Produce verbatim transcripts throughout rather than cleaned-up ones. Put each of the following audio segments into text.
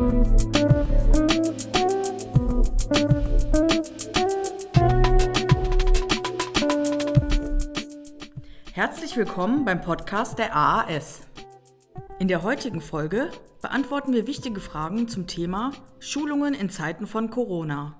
Herzlich willkommen beim Podcast der A A S. In der heutigen Folge beantworten wir wichtige Fragen zum Thema Schulungen in Zeiten von Corona.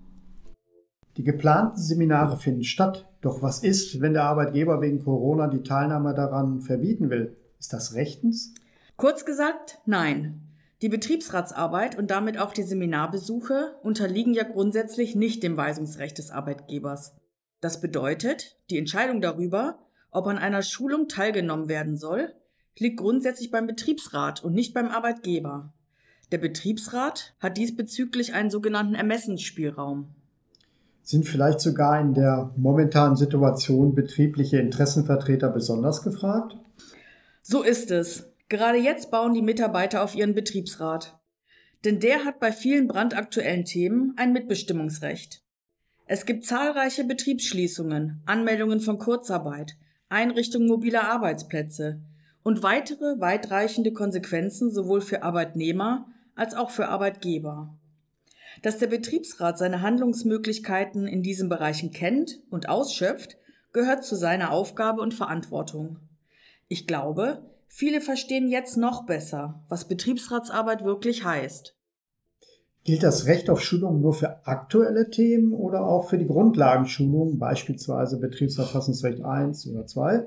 Die geplanten Seminare finden statt. Doch was ist, wenn der Arbeitgeber wegen Corona die Teilnahme daran verbieten will? Ist das rechtens? Kurz gesagt, nein. Die Betriebsratsarbeit und damit auch die Seminarbesuche unterliegen ja grundsätzlich nicht dem Weisungsrecht des Arbeitgebers. Das bedeutet, die Entscheidung darüber, ob an einer Schulung teilgenommen werden soll, liegt grundsätzlich beim Betriebsrat und nicht beim Arbeitgeber. Der Betriebsrat hat diesbezüglich einen sogenannten Ermessensspielraum. Sind vielleicht sogar in der momentanen Situation betriebliche Interessenvertreter besonders gefragt? So ist es. Gerade jetzt bauen die Mitarbeiter auf ihren Betriebsrat. Denn der hat bei vielen brandaktuellen Themen ein Mitbestimmungsrecht. Es gibt zahlreiche Betriebsschließungen, Anmeldungen von Kurzarbeit, Einrichtung mobiler Arbeitsplätze und weitere weitreichende Konsequenzen sowohl für Arbeitnehmer als auch für Arbeitgeber. Dass der Betriebsrat seine Handlungsmöglichkeiten in diesen Bereichen kennt und ausschöpft, gehört zu seiner Aufgabe und Verantwortung. Ich glaube, viele verstehen jetzt noch besser, was Betriebsratsarbeit wirklich heißt. Gilt das Recht auf Schulung nur für aktuelle Themen oder auch für die Grundlagenschulung, beispielsweise Betriebsverfassungsrecht eins oder zwei?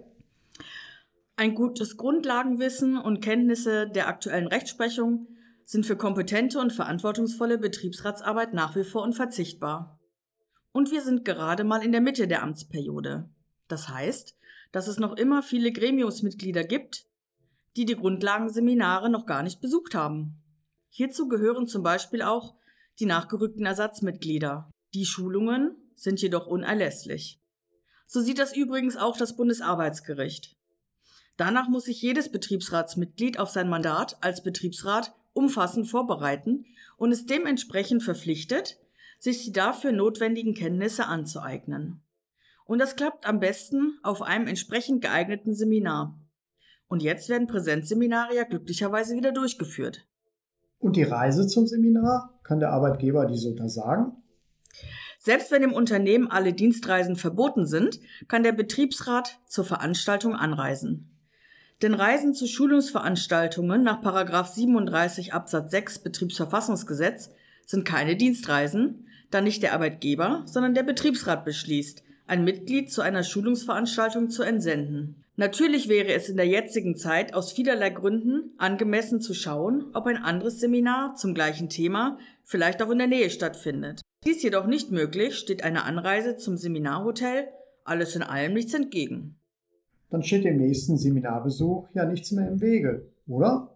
Ein gutes Grundlagenwissen und Kenntnisse der aktuellen Rechtsprechung sind für kompetente und verantwortungsvolle Betriebsratsarbeit nach wie vor unverzichtbar. Und wir sind gerade mal in der Mitte der Amtsperiode. Das heißt, dass es noch immer viele Gremiumsmitglieder gibt, die die Grundlagenseminare noch gar nicht besucht haben. Hierzu gehören zum Beispiel auch die nachgerückten Ersatzmitglieder. Die Schulungen sind jedoch unerlässlich. So sieht das übrigens auch das Bundesarbeitsgericht. Danach muss sich jedes Betriebsratsmitglied auf sein Mandat als Betriebsrat umfassend vorbereiten und ist dementsprechend verpflichtet, sich die dafür notwendigen Kenntnisse anzueignen. Und das klappt am besten auf einem entsprechend geeigneten Seminar. Und jetzt werden Präsenzseminare ja glücklicherweise wieder durchgeführt. Und die Reise zum Seminar? Kann der Arbeitgeber diese untersagen? Selbst wenn im Unternehmen alle Dienstreisen verboten sind, kann der Betriebsrat zur Veranstaltung anreisen. Denn Reisen zu Schulungsveranstaltungen nach Paragraph siebenunddreißig Absatz sechs Betriebsverfassungsgesetz sind keine Dienstreisen, da nicht der Arbeitgeber, sondern der Betriebsrat beschließt, ein Mitglied zu einer Schulungsveranstaltung zu entsenden. Natürlich wäre es in der jetzigen Zeit aus vielerlei Gründen angemessen zu schauen, ob ein anderes Seminar zum gleichen Thema vielleicht auch in der Nähe stattfindet. Dies jedoch nicht möglich, steht eine Anreise zum Seminarhotel alles in allem nichts entgegen. Dann steht dem nächsten Seminarbesuch ja nichts mehr im Wege, oder?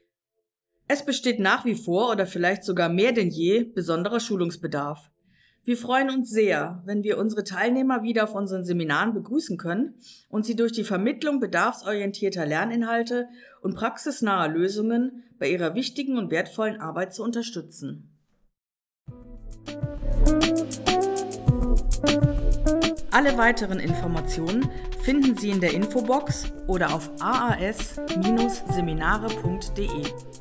Es besteht nach wie vor oder vielleicht sogar mehr denn je besonderer Schulungsbedarf. Wir freuen uns sehr, wenn wir unsere Teilnehmer wieder auf unseren Seminaren begrüßen können und sie durch die Vermittlung bedarfsorientierter Lerninhalte und praxisnaher Lösungen bei ihrer wichtigen und wertvollen Arbeit zu unterstützen. Alle weiteren Informationen finden Sie in der Infobox oder auf a a s Bindestrich seminare punkt de.